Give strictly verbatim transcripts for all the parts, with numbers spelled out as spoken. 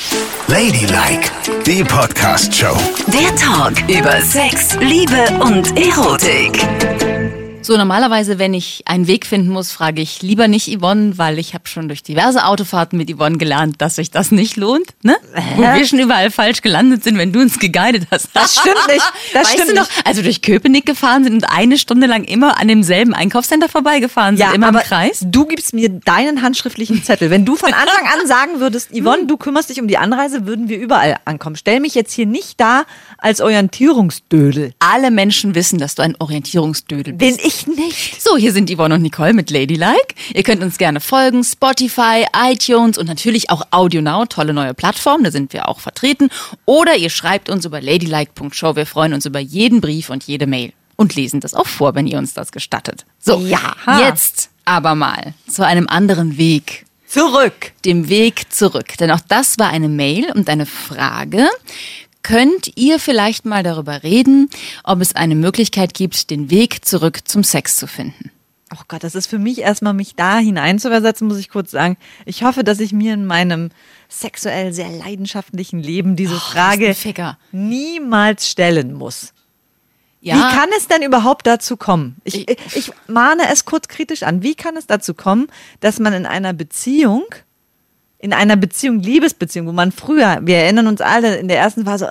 Ladylike, die Podcast-Show. Der Talk über Sex, Liebe und Erotik. So, normalerweise, wenn ich einen Weg finden muss, frage ich lieber nicht Yvonne, weil ich habe schon durch diverse Autofahrten mit Yvonne gelernt, dass sich das nicht lohnt, ne? Wo wir schon überall falsch gelandet sind, wenn du uns geguidet hast. Das stimmt nicht. Das weißt stimmt du noch, nicht. als wir durch Köpenick gefahren sind und eine Stunde lang immer an demselben Einkaufscenter vorbeigefahren sind, Ja, immer aber im Kreis? du gibst mir deinen handschriftlichen Zettel. Wenn du von Anfang an sagen würdest, Yvonne, du kümmerst dich um die Anreise, würden wir überall ankommen. Stell mich jetzt hier nicht da als Orientierungsdödel. Alle Menschen wissen, dass du ein Orientierungsdödel bist. Bin ich nicht. So, hier sind Yvonne und Nicole mit Ladylike. Ihr könnt uns gerne folgen, Spotify, iTunes und natürlich auch AudioNow, tolle neue Plattform, da sind wir auch vertreten. Oder ihr schreibt uns über ladylike punkt show, wir freuen uns über jeden Brief und jede Mail. Und lesen das auch vor, wenn ihr uns das gestattet. So, Ja. jetzt aber mal zu einem anderen Weg. Zurück. Dem Weg zurück. Denn auch das war eine Mail und eine Frage. Könnt ihr vielleicht mal darüber reden, ob es eine Möglichkeit gibt, den Weg zurück zum Sex zu finden? Oh Gott, das ist für mich erstmal, mich da hineinzuversetzen, muss ich kurz sagen. Ich hoffe, dass ich mir in meinem sexuell sehr leidenschaftlichen Leben diese Oh, Frage das ist ein Ficker. niemals stellen muss. Ja, Wie kann es denn überhaupt dazu kommen? Ich, ich, ich mahne es kurz kritisch an. Wie kann es dazu kommen, dass man in einer Beziehung, in einer Beziehung, Liebesbeziehung, wo man früher, wir erinnern uns alle in der ersten Phase,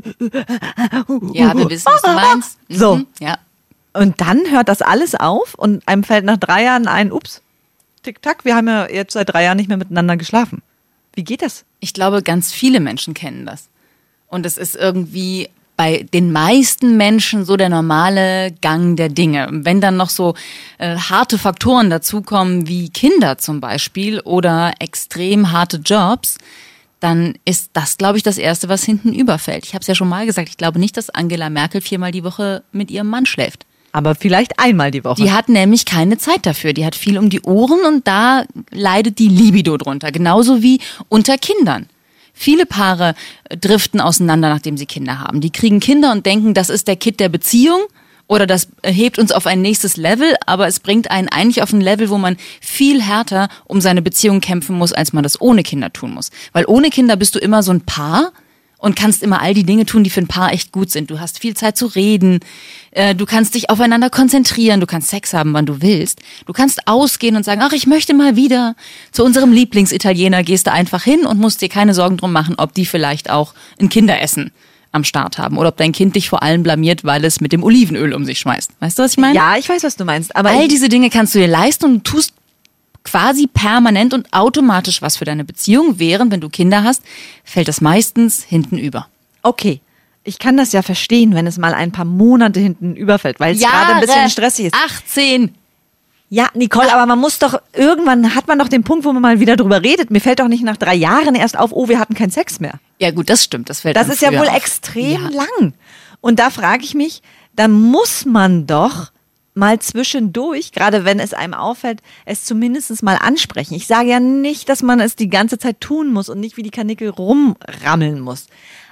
ja, wir wissen, was du meinst. Mhm, So. Ja. und dann hört das alles auf und einem fällt nach drei Jahren ein, ups, tick-tack, wir haben ja jetzt seit drei Jahren nicht mehr miteinander geschlafen. Wie geht das? Ich glaube, ganz viele Menschen kennen das. Und es ist irgendwie bei den meisten Menschen so der normale Gang der Dinge. Wenn dann noch so äh, harte Faktoren dazukommen, wie Kinder zum Beispiel oder extrem harte Jobs, dann ist das, glaube ich, das Erste, was hinten überfällt. Ich habe es ja schon mal gesagt, ich glaube nicht, dass Angela Merkel viermal die Woche mit ihrem Mann schläft. Aber vielleicht einmal die Woche. Die hat nämlich keine Zeit dafür. Die hat viel um die Ohren und da leidet die Libido drunter. Genauso wie unter Kindern. Viele Paare driften auseinander, nachdem sie Kinder haben. Die kriegen Kinder und denken, das ist der Kitt der Beziehung oder das hebt uns auf ein nächstes Level, aber es bringt einen eigentlich auf ein Level, wo man viel härter um seine Beziehung kämpfen muss, als man das ohne Kinder tun muss. Weil ohne Kinder bist du immer so ein Paar und kannst immer all die Dinge tun, die für ein Paar echt gut sind. Du hast viel Zeit zu reden, äh, du kannst dich aufeinander konzentrieren, du kannst Sex haben, wann du willst. Du kannst ausgehen und sagen, ach, ich möchte mal wieder zu unserem Lieblingsitaliener, gehst du einfach hin und musst dir keine Sorgen drum machen, ob die vielleicht auch ein Kinderessen am Start haben oder ob dein Kind dich vor allem blamiert, weil es mit dem Olivenöl um sich schmeißt. Weißt du, was ich meine? Ja, ich weiß, was du meinst. Aber All ich, diese Dinge kannst du dir leisten und du tust quasi permanent und automatisch was für deine Beziehung, während wenn du Kinder hast, fällt das meistens hinten über. okay, ich kann das ja verstehen, wenn es mal ein paar Monate hinten überfällt, weil es gerade ein bisschen stressig ist. achtzehn. Ja, Nicole, aber man muss doch, irgendwann hat man doch den Punkt, wo man mal wieder drüber redet. Mir fällt doch nicht nach drei Jahren erst auf, oh, wir hatten keinen Sex mehr. Ja gut, das stimmt. Das fällt Das einem ist ja früher wohl auf. extrem Ja. lang. Und da frage ich mich, da muss man doch mal zwischendurch, gerade wenn es einem auffällt, es zumindest mal ansprechen. Ich sage ja nicht, dass man es die ganze Zeit tun muss und nicht wie die Kanickel rumrammeln muss.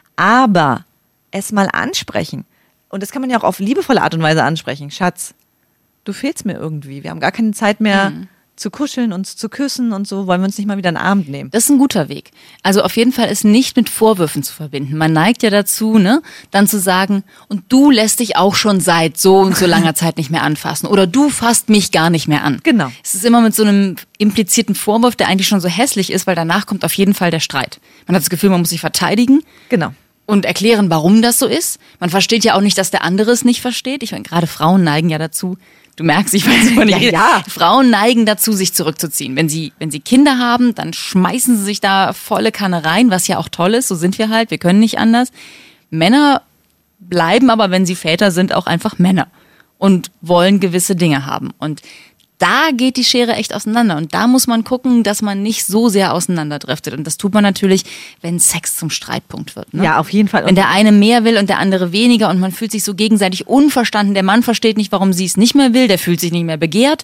Aber es mal ansprechen. Und das kann man ja auch auf liebevolle Art und Weise ansprechen. Schatz, du fehlst mir irgendwie. Wir haben gar keine Zeit mehr Mhm. zu kuscheln, uns zu küssen und so. Wollen wir uns nicht mal wieder einen Abend nehmen? Das ist ein guter Weg. Also auf jeden Fall ist nicht mit Vorwürfen zu verbinden. Man neigt ja dazu, ne, dann zu sagen, und du lässt dich auch schon seit so und so langer Zeit nicht mehr anfassen. Oder du fasst mich gar nicht mehr an. Genau. Es ist immer mit so einem implizierten Vorwurf, der eigentlich schon so hässlich ist, weil danach kommt auf jeden Fall der Streit. Man hat das Gefühl, man muss sich verteidigen. Genau. Und erklären, warum das so ist. Man versteht ja auch nicht, dass der andere es nicht versteht. Ich meine, gerade Frauen neigen ja dazu, du merkst, ich weiß nicht, Ja, ja. Frauen neigen dazu, sich zurückzuziehen. Wenn sie, wenn sie Kinder haben, dann schmeißen sie sich da volle Kanne rein, was ja auch toll ist, so sind wir halt, wir können nicht anders. Männer bleiben aber, wenn sie Väter sind, auch einfach Männer und wollen gewisse Dinge haben. Und da geht die Schere echt auseinander. Und da muss man gucken, dass man nicht so sehr auseinanderdriftet. Und das tut man natürlich, wenn Sex zum Streitpunkt wird. Ne? Ja, auf jeden Fall. Wenn der eine mehr will und der andere weniger und man fühlt sich so gegenseitig unverstanden. Der Mann versteht nicht, warum sie es nicht mehr will. Der fühlt sich nicht mehr begehrt.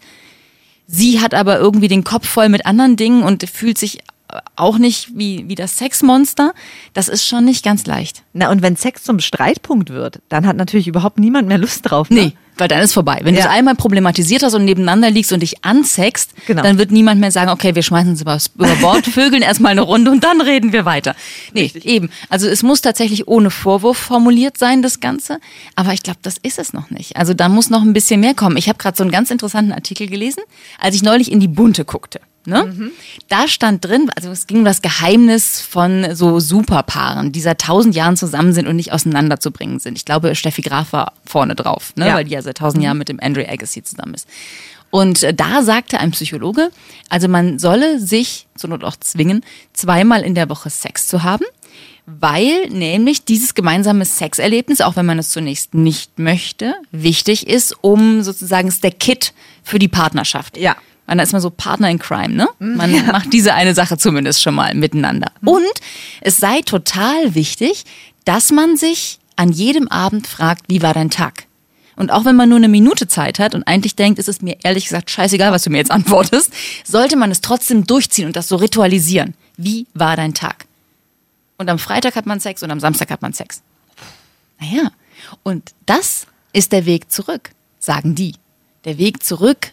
Sie hat aber irgendwie den Kopf voll mit anderen Dingen und fühlt sich auch nicht wie, wie das Sexmonster. Das ist schon nicht ganz leicht. Na, und wenn Sex zum Streitpunkt wird, dann hat natürlich überhaupt niemand mehr Lust drauf. Ne? Nee, Weil dann ist vorbei. Wenn Ja. du es einmal problematisiert hast und nebeneinander liegst und dich ansext, Genau. dann wird niemand mehr sagen, okay, wir schmeißen uns über, über Bord, vögeln erstmal eine Runde und dann reden wir weiter. Nee, Richtig. eben. Also es muss tatsächlich ohne Vorwurf formuliert sein, das Ganze. Aber ich glaube, das ist es noch nicht. Also da muss noch ein bisschen mehr kommen. Ich habe gerade so einen ganz interessanten Artikel gelesen, als ich neulich in die Bunte guckte. Ne? Mhm. Da stand drin, also es ging um das Geheimnis von so Superpaaren, die seit tausend Jahren zusammen sind und nicht auseinanderzubringen sind. Ich glaube, Steffi Graf war vorne drauf, ne? Ja. Weil die ja seit tausend Jahren mit dem Andre Agassi zusammen ist. Und äh, da sagte ein Psychologe, also man solle sich, zur Not auch zwingen, zweimal in der Woche Sex zu haben, weil nämlich dieses gemeinsame Sexerlebnis, auch wenn man es zunächst nicht möchte, wichtig ist, um sozusagen ist der Kit für die Partnerschaft. Ja. Man ist mal so Partner in Crime, ne? Man ja. macht diese eine Sache zumindest schon mal miteinander. Und es sei total wichtig, dass man sich an jedem Abend fragt, wie war dein Tag? Und auch wenn man nur eine Minute Zeit hat und eigentlich denkt, es ist mir ehrlich gesagt scheißegal, was du mir jetzt antwortest, sollte man es trotzdem durchziehen und das so ritualisieren. Wie war dein Tag? Und am Freitag hat man Sex und am Samstag hat man Sex. Naja, und das ist der Weg zurück, sagen die. Der Weg zurück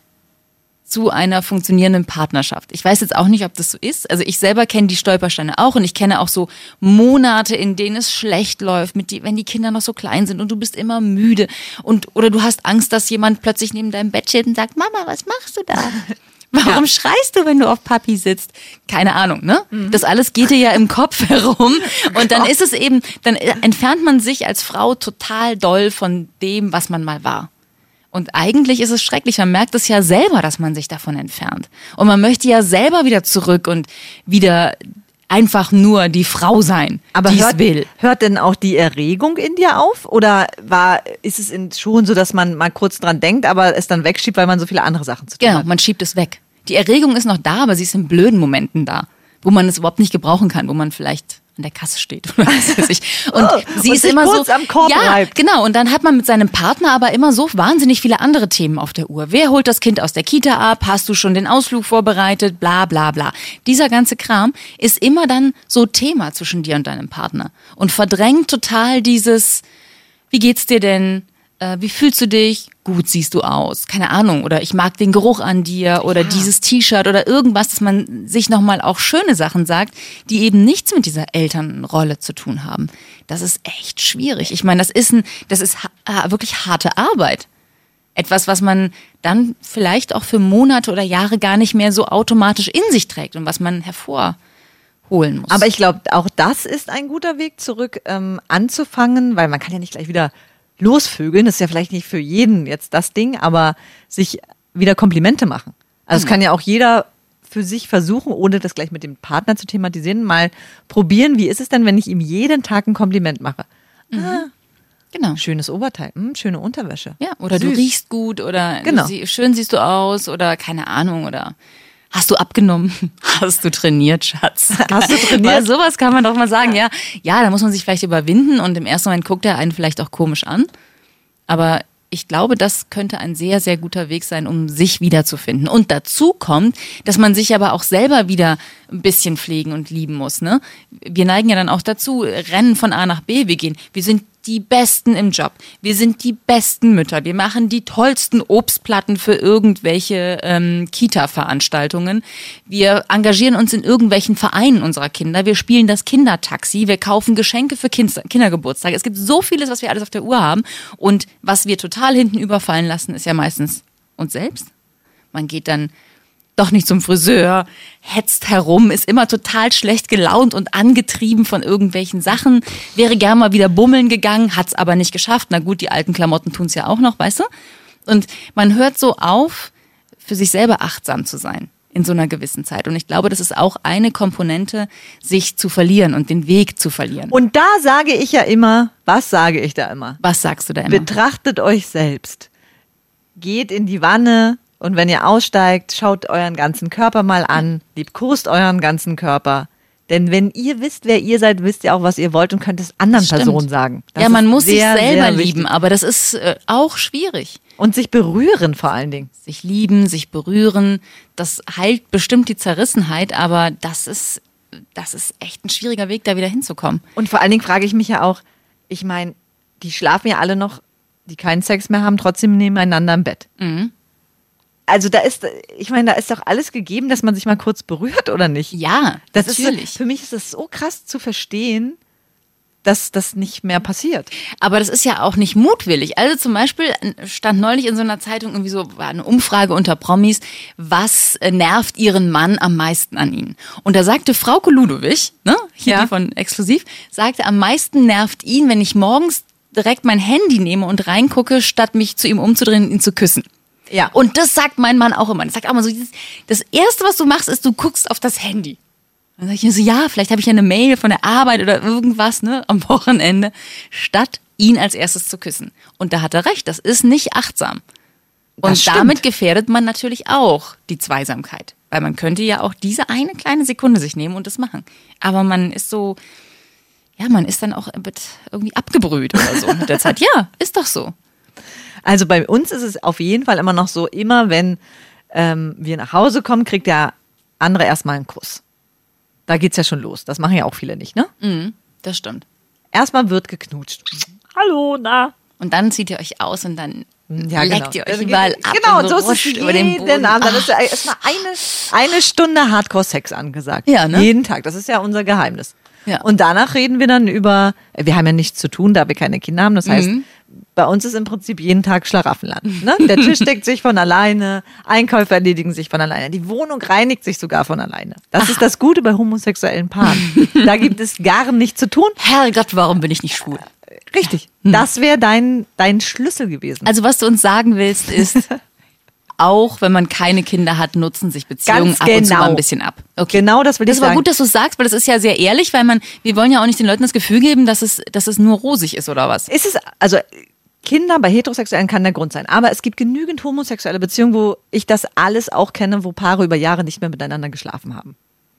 zu einer funktionierenden Partnerschaft. Ich weiß jetzt auch nicht, ob das so ist. Also ich selber kenne die Stolpersteine auch und ich kenne auch so Monate, in denen es schlecht läuft, mit die, wenn die Kinder noch so klein sind und du bist immer müde und oder du hast Angst, dass jemand plötzlich neben deinem Bett steht und sagt, Mama, was machst du da? Warum ja. schreist du, wenn du auf Papi sitzt? Keine Ahnung, ne? Mhm. Das alles geht dir ja im Kopf herum und dann ist es eben, dann entfernt man sich als Frau total doll von dem, was man mal war. Und eigentlich ist es schrecklich. Man merkt es ja selber, dass man sich davon entfernt. Und man möchte ja selber wieder zurück und wieder einfach nur die Frau sein, Aber die es hört, will. hört denn auch die Erregung in dir auf? Oder war, ist es in, schon so, dass man mal kurz dran denkt, aber es dann wegschiebt, weil man so viele andere Sachen zu tun Genau, hat? man schiebt es weg. Die Erregung ist noch da, aber sie ist in blöden Momenten da, wo man es überhaupt nicht gebrauchen kann, wo man vielleicht an der Kasse steht oder was weiß ich. Und oh, sie und ist sich immer kurz so am Korb ja, reibt. genau. Und dann hat man mit seinem Partner aber immer so wahnsinnig viele andere Themen auf der Uhr. Wer holt das Kind aus der Kita ab? Hast du schon den Ausflug vorbereitet? Bla bla bla. Dieser ganze Kram ist immer dann so Thema zwischen dir und deinem Partner und verdrängt total dieses: Wie geht's dir denn? Äh, wie fühlst du dich? Gut siehst du aus. Keine Ahnung. Oder ich mag den Geruch an dir oder Ja. dieses T-Shirt oder irgendwas, dass man sich nochmal auch schöne Sachen sagt, die eben nichts mit dieser Elternrolle zu tun haben. Das ist echt schwierig. Ich meine, das ist ein, das ist ha- wirklich harte Arbeit. Etwas, was man dann vielleicht auch für Monate oder Jahre gar nicht mehr so automatisch in sich trägt und was man hervorholen muss. Aber ich glaube, auch das ist ein guter Weg zurück, ähm, anzufangen, weil man kann ja nicht gleich wieder losvögeln. Das ist ja vielleicht nicht für jeden jetzt das Ding, aber sich wieder Komplimente machen. Also es kann ja auch jeder für sich versuchen, ohne das gleich mit dem Partner zu thematisieren, mal probieren, wie ist es denn, wenn ich ihm jeden Tag ein Kompliment mache? Ah, genau. schönes Oberteil, hm, schöne Unterwäsche. Ja, oder du Süß. riechst gut oder Genau. du sie, schön siehst du aus oder keine Ahnung oder hast du abgenommen? Hast du trainiert, Schatz? Hast du trainiert? Weil sowas kann man doch mal sagen, ja. Ja, da muss man sich vielleicht überwinden und im ersten Moment guckt er einen vielleicht auch komisch an. Aber ich glaube, das könnte ein sehr, sehr guter Weg sein, um sich wiederzufinden. Und dazu kommt, dass man sich aber auch selber wieder ein bisschen pflegen und lieben muss, ne? Wir neigen ja dann auch dazu, rennen von A nach B, wir gehen. Wir sind die Besten im Job. Wir sind die besten Mütter. Wir machen die tollsten Obstplatten für irgendwelche ähm, Kita-Veranstaltungen. Wir engagieren uns in irgendwelchen Vereinen unserer Kinder. Wir spielen das Kindertaxi. Wir kaufen Geschenke für kind- Kindergeburtstage. Es gibt so vieles, was wir alles auf der Uhr haben. Und was wir total hinten überfallen lassen, ist ja meistens uns selbst. Man geht dann doch nicht zum Friseur, hetzt herum, ist immer total schlecht gelaunt und angetrieben von irgendwelchen Sachen, wäre gern mal wieder bummeln gegangen, hat's aber nicht geschafft. Na gut, die alten Klamotten tun's ja auch noch, weißt du? Und man hört so auf, für sich selber achtsam zu sein in so einer gewissen Zeit. Und ich glaube, das ist auch eine Komponente, sich zu verlieren und den Weg zu verlieren. Und da sage ich ja immer, was sage ich da immer? Was sagst du da immer? Betrachtet euch selbst. Geht in die Wanne und wenn ihr aussteigt, schaut euren ganzen Körper mal an, liebkost euren ganzen Körper. Denn wenn ihr wisst, wer ihr seid, wisst ihr auch, was ihr wollt und könnt es anderen Stimmt. Personen sagen. Das ja, man ist muss sehr, sich selber sehr wichtig. lieben, aber das ist äh, auch schwierig. Und sich berühren vor allen Dingen. Sich lieben, sich berühren, das heilt bestimmt die Zerrissenheit, aber das ist, das ist echt ein schwieriger Weg, da wieder hinzukommen. Und vor allen Dingen frage ich mich ja auch, ich meine, die schlafen ja alle noch die keinen Sex mehr haben, trotzdem nebeneinander im Bett. Mhm. Also da ist, ich meine, da ist doch alles gegeben, dass man sich mal kurz berührt, oder nicht? Ja, das natürlich. Ist, für mich ist es so krass zu verstehen, dass das nicht mehr passiert. Aber das ist ja auch nicht mutwillig. Also zum Beispiel stand neulich in so einer Zeitung irgendwie so, war eine Umfrage unter Promis, was nervt ihren Mann am meisten an ihnen? Und da sagte Frauke Ludowig, ne, hier Ja. die von Exklusiv, sagte, am meisten nervt ihn, wenn ich morgens direkt mein Handy nehme und reingucke, statt mich zu ihm umzudrehen und ihn zu küssen. Ja. Und das sagt mein Mann auch immer. Das sagt auch immer so, dieses- das Erste, was du machst, ist, du guckst auf das Handy. Dann sage ich mir so, ja, vielleicht habe ich ja eine Mail von der Arbeit oder irgendwas, ne, am Wochenende, statt ihn als erstes zu küssen. Und da hat er recht, das ist nicht achtsam. Und Das stimmt. damit gefährdet man natürlich auch die Zweisamkeit. Weil man könnte ja auch diese eine kleine Sekunde sich nehmen und das machen. Aber man ist so, ja, man ist dann auch irgendwie abgebrüht oder so mit der Zeit. Ja, ist doch so. Also bei uns ist es auf jeden Fall immer noch so, immer wenn ähm, wir nach Hause kommen, kriegt der andere erstmal einen Kuss. Da geht's ja schon los. Das machen ja auch viele nicht, ne? Mhm, das stimmt. Erstmal wird geknutscht. Hallo, na? Und dann zieht ihr euch aus und dann Ja, leckt genau. ihr euch Das überall geht- ab. Genau, und so ist es rutscht über den Boden. jeden Abend. Dann Ah. ist ja erstmal eine, eine Stunde Hardcore-Sex angesagt. Ja, ne? Jeden Tag. Das ist ja unser Geheimnis. Ja. Und danach reden wir dann über, wir haben ja nichts zu tun, da wir keine Kinder haben. Das heißt, Mhm. bei uns ist im Prinzip jeden Tag Schlaraffenland. Ne? Der Tisch deckt sich von alleine, Einkäufe erledigen sich von alleine, die Wohnung reinigt sich sogar von alleine. Das ist das Gute bei homosexuellen Paaren. Da gibt es gar nichts zu tun. Herrgott, warum bin ich nicht schwul? Richtig. Das wäre dein, dein Schlüssel gewesen. Also was du uns sagen willst, ist, auch wenn man keine Kinder hat, nutzen sich Beziehungen Ganz ab und zu genau. mal ein bisschen ab. Okay. Genau das will Das ich war sagen. gut, dass du es sagst, weil das ist ja sehr ehrlich, weil man, wir wollen ja auch nicht den Leuten das Gefühl geben, dass es, dass es nur rosig ist oder was. Ist es, also Kinder bei Heterosexuellen kann der Grund sein, aber es gibt genügend homosexuelle Beziehungen, wo ich das alles auch kenne, wo Paare über Jahre nicht mehr miteinander geschlafen haben.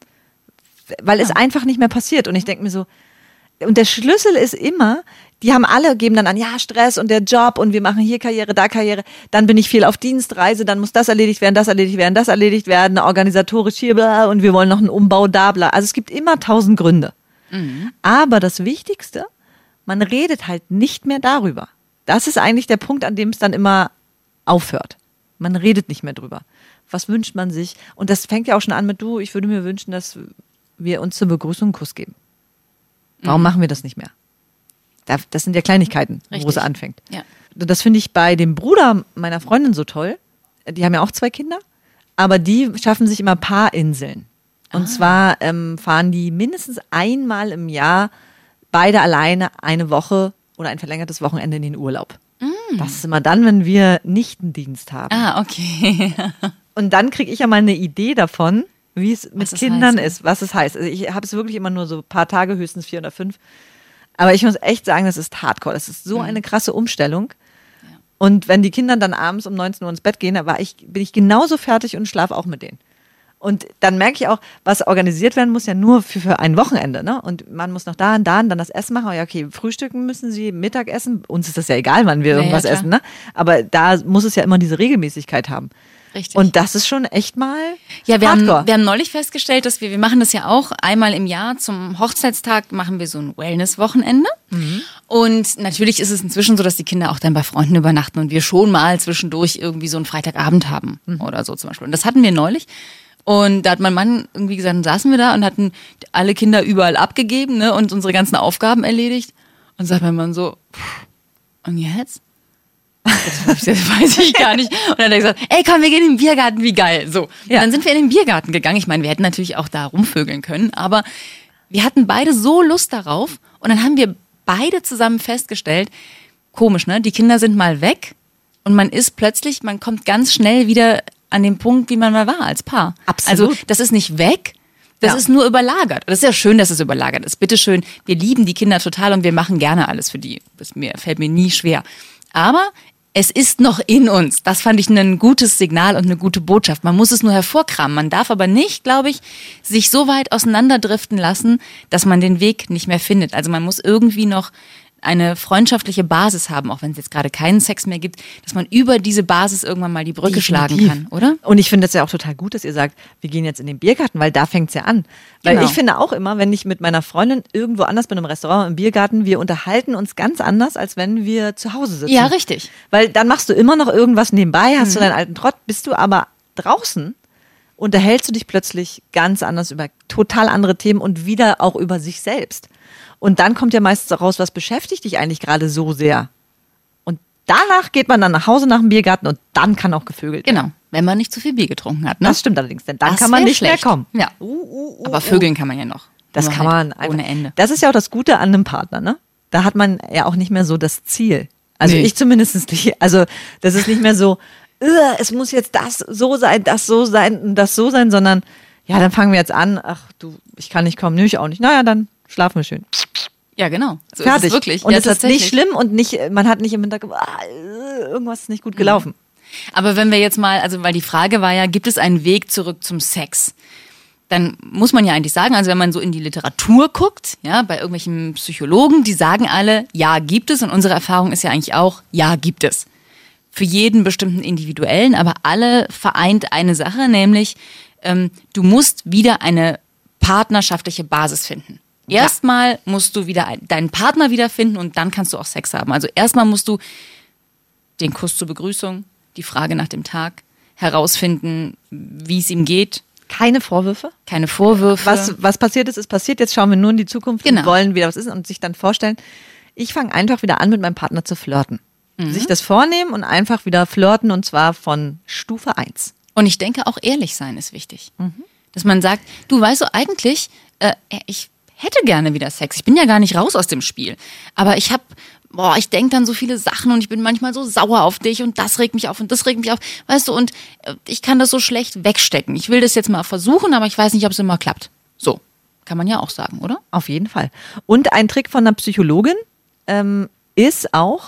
Weil es einfach nicht mehr passiert. Und ich denke mir so, und der Schlüssel ist immer, die haben alle, geben dann an, ja, Stress und der Job und wir machen hier Karriere, da Karriere, dann bin ich viel auf Dienstreise, dann muss das erledigt werden, das erledigt werden, das erledigt werden, organisatorisch hier, bla, und wir wollen noch einen Umbau, da, bla. Also es gibt immer tausend Gründe. Aber das Wichtigste, man redet halt nicht mehr darüber. Das ist eigentlich der Punkt, an dem es dann immer aufhört. Man redet nicht mehr drüber. Was wünscht man sich? Und das fängt ja auch schon an mit, du, ich würde mir wünschen, dass wir uns zur Begrüßung einen Kuss geben. Warum machen wir das nicht mehr? Da- Das sind ja Kleinigkeiten, wo Richtig. es anfängt. Ja. Das finde ich bei dem Bruder meiner Freundin so toll. Die haben ja auch zwei Kinder, aber die schaffen sich immer Paarinseln. Und zwar ähm, fahren die mindestens einmal im Jahr beide alleine eine Woche oder ein verlängertes Wochenende in den Urlaub. Das ist immer dann, wenn wir Nichtendienst haben. Ah, okay. Und dann kriege ich ja mal eine Idee davon, wie es mit es Kindern heißt. ist, was es heißt. Also ich habe es wirklich immer nur so ein paar Tage, höchstens vier oder fünf. Aber ich muss echt sagen, das ist Hardcore. Das ist so eine krasse Umstellung. Und wenn die Kinder dann abends um neunzehn Uhr ins Bett gehen, dann war ich, bin ich genauso fertig und schlafe auch mit denen. Und dann merke ich auch, was organisiert werden muss, ja nur für, für ein Wochenende. Ne? Und man muss noch da und da und dann das Essen machen. Ja, okay, frühstücken müssen sie, Mittagessen. Uns ist das ja egal, wann wir Ja, ja, irgendwas klar. essen. Ne? Aber da muss es ja immer diese Regelmäßigkeit haben. Richtig. Und das ist schon echt mal Ja, wir haben, Hardcore. wir haben neulich festgestellt, dass wir, wir machen das ja auch einmal im Jahr zum Hochzeitstag machen wir so ein Wellness-Wochenende. Und natürlich ist es inzwischen so, dass die Kinder auch dann bei Freunden übernachten und wir schon mal zwischendurch irgendwie so einen Freitagabend haben oder so zum Beispiel. Und das hatten wir neulich. Und da hat mein Mann irgendwie gesagt, dann saßen wir da und hatten alle Kinder überall abgegeben, ne, und unsere ganzen Aufgaben erledigt. Und sagt mein Mann so, "Pff, und jetzt? Das weiß ich gar nicht. Und dann hat er gesagt, ey, komm, wir gehen in den Biergarten, wie geil. So. Ja. Und dann sind wir in den Biergarten gegangen. Ich meine, wir hätten natürlich auch da rumvögeln können, aber wir hatten beide so Lust darauf. Und dann haben wir beide zusammen festgestellt, komisch, ne? Die Kinder sind mal weg und man ist plötzlich, man kommt ganz schnell wieder an den Punkt, wie man mal war als Paar. Absolut. Also das ist nicht weg, das Ja. ist nur überlagert. Das ist ja schön, dass es überlagert ist. Bitteschön, wir lieben die Kinder total und wir machen gerne alles für die. Das mir, fällt mir nie schwer. Aber es ist noch in uns. Das fand ich ein gutes Signal und eine gute Botschaft. Man muss es nur hervorkramen. Man darf aber nicht, glaube ich, sich so weit auseinanderdriften lassen, dass man den Weg nicht mehr findet. Also man muss irgendwie noch eine freundschaftliche Basis haben, auch wenn es jetzt gerade keinen Sex mehr gibt, dass man über diese Basis irgendwann mal die Brücke Definitiv. schlagen kann, oder? Und ich finde es ja auch total gut, dass ihr sagt, wir gehen jetzt in den Biergarten, weil da fängt es ja an. Weil Genau. ich finde auch immer, wenn ich mit meiner Freundin irgendwo anders bin, im Restaurant, im Biergarten, wir unterhalten uns ganz anders, als wenn wir zu Hause sitzen. Ja, richtig. Weil dann machst du immer noch irgendwas nebenbei, hast du deinen alten Trott, bist du aber draußen, unterhältst du dich plötzlich ganz anders über total andere Themen und wieder auch über sich selbst. Und dann kommt ja meistens raus, was beschäftigt dich eigentlich gerade so sehr. Und danach geht man dann nach Hause nach dem Biergarten und dann kann auch gevögelt werden. Genau, wenn man nicht zu viel Bier getrunken hat. Ne? Das stimmt allerdings, denn dann Das kann man wär nicht schlecht. mehr kommen. Ja. Uh, uh, uh, Aber uh. vögeln kann man ja noch. Das Nur kann halt man einfach. ohne Ende. Das ist ja auch das Gute an einem Partner, ne? Da hat man ja auch nicht mehr so das Ziel. Also Nee. ich zumindest nicht. Also das ist nicht mehr so, "Ugh, es muss jetzt das so sein, das so sein und das so sein, sondern ja, dann fangen wir jetzt an. Ach du, ich kann nicht kommen, nö, ich auch nicht. Naja, dann schlafen wir schön. Ja, genau. So Fertig. Ist es wirklich. Und ja, es ist tatsächlich. nicht schlimm und nicht, man hat nicht im Hinterkopf, ah, äh, irgendwas ist nicht gut gelaufen. Aber wenn wir jetzt mal, also weil die Frage war ja, gibt es einen Weg zurück zum Sex? Dann muss man ja eigentlich sagen, also wenn man so in die Literatur guckt, ja, bei irgendwelchen Psychologen, die sagen alle, ja, gibt es. Und unsere Erfahrung ist ja eigentlich auch, ja, gibt es. Für jeden bestimmten Individuellen, aber alle vereint eine Sache, nämlich ähm, du musst wieder eine partnerschaftliche Basis finden. Erstmal musst du wieder ein, deinen Partner wiederfinden und dann kannst du auch Sex haben. Also erstmal musst du den Kuss zur Begrüßung, die Frage nach dem Tag, herausfinden, wie es ihm geht, Keine Vorwürfe. keine Vorwürfe. Was, was passiert ist, ist passiert. Jetzt schauen wir nur in die Zukunft Genau. und wollen wieder was ist und sich dann vorstellen, ich fange einfach wieder an, mit meinem Partner zu flirten. Mhm. Sich das vornehmen und einfach wieder flirten und zwar von Stufe eins. Und ich denke, auch ehrlich sein ist wichtig. Mhm. Dass man sagt, du weißt so eigentlich, äh, ich hätte gerne wieder Sex. Ich bin ja gar nicht raus aus dem Spiel. Aber ich habe, boah, ich denke dann so viele Sachen und ich bin manchmal so sauer auf dich und das regt mich auf und das regt mich auf. Weißt du, und äh, ich kann das so schlecht wegstecken. Ich will das jetzt mal versuchen, aber ich weiß nicht, ob es immer klappt. So, kann man ja auch sagen, oder? Auf jeden Fall. Und ein Trick von einer Psychologin ähm, ist auch,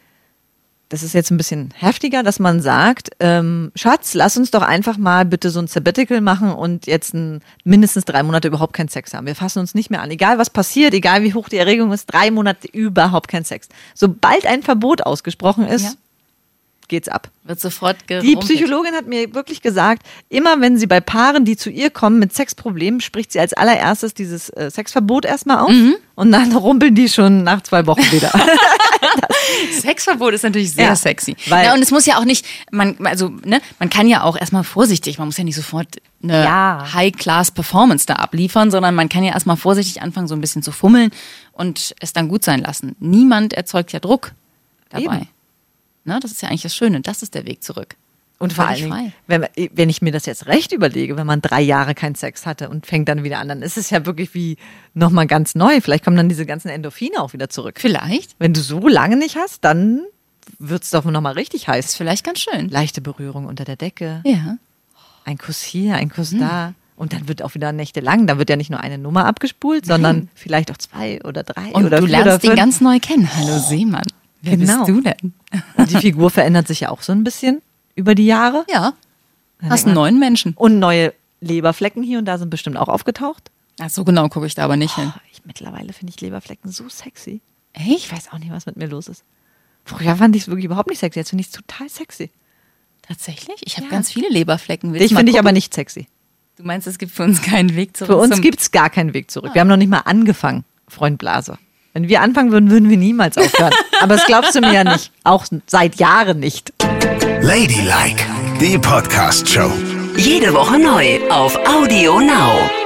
das ist jetzt ein bisschen heftiger, dass man sagt, ähm, Schatz, lass uns doch einfach mal bitte so ein Sabbatical machen und jetzt ein, mindestens drei Monate überhaupt keinen Sex haben. Wir fassen uns nicht mehr an. Egal was passiert, egal wie hoch die Erregung ist, drei Monate überhaupt kein Sex. Sobald ein Verbot ausgesprochen ist, Ja. geht's ab. Wird sofort Die gerumpelt. Psychologin hat mir wirklich gesagt, immer wenn sie bei Paaren, die zu ihr kommen mit Sexproblemen, spricht sie als allererstes dieses äh, Sexverbot erstmal auf und dann rumpeln die schon nach zwei Wochen wieder. Sexverbot ist natürlich sehr Ja, sexy. weil- ja, und es muss ja auch nicht, man, also, ne, man kann ja auch erstmal vorsichtig, man muss ja nicht sofort eine Ja. High-Class-Performance da abliefern, sondern man kann ja erstmal vorsichtig anfangen, so ein bisschen zu fummeln und es dann gut sein lassen. Niemand erzeugt ja Druck dabei. Eben. Ne, das ist ja eigentlich das Schöne, das ist der Weg zurück. Und vor allen Völlig Dingen, frei. wenn, man- wenn ich mir das jetzt recht überlege, wenn man drei Jahre keinen Sex hatte und fängt dann wieder an, dann ist es ja wirklich wie nochmal ganz neu. Vielleicht kommen dann diese ganzen Endorphine auch wieder zurück. Vielleicht. Wenn du so lange nicht hast, dann wird's doch nochmal richtig Ist heiß. vielleicht ganz schön. Leichte Berührung unter der Decke, Ja. ein Kuss hier, ein Hm. Kuss da. Und dann wird auch wieder nächtelang, da wird ja nicht nur eine Nummer abgespult, sondern vielleicht auch zwei oder drei Und oder du vier oder lernst ihn fünf. ganz neu kennen. Hallo Seemann. Wer Genau. bist du denn? Und die Figur verändert sich ja auch so ein bisschen über die Jahre. Ja. Dann Hast denkt einen man- neuen Menschen. Und neue Leberflecken hier und da sind bestimmt auch aufgetaucht. Ach, so genau gucke ich da aber nicht hin. Oh, ich, mittlerweile finde ich Leberflecken so sexy. Echt? Ich weiß auch nicht, was mit mir los ist. Früher fand ich es wirklich überhaupt nicht sexy. Jetzt finde ich es total sexy. Tatsächlich? Ich habe Ja. ganz viele Leberflecken. Willst Dich du mal finde ich gucken? aber nicht sexy. Du meinst, es gibt für uns keinen Weg zurück? Für uns zum- gibt es gar keinen Weg zurück. Wir haben noch nicht mal angefangen, Freund Blase. Wenn wir anfangen würden, würden wir niemals aufhören. Aber das glaubst du mir ja nicht. Auch seit Jahren nicht. Ladylike, die Podcast-Show. Jede Woche neu auf Audio Now.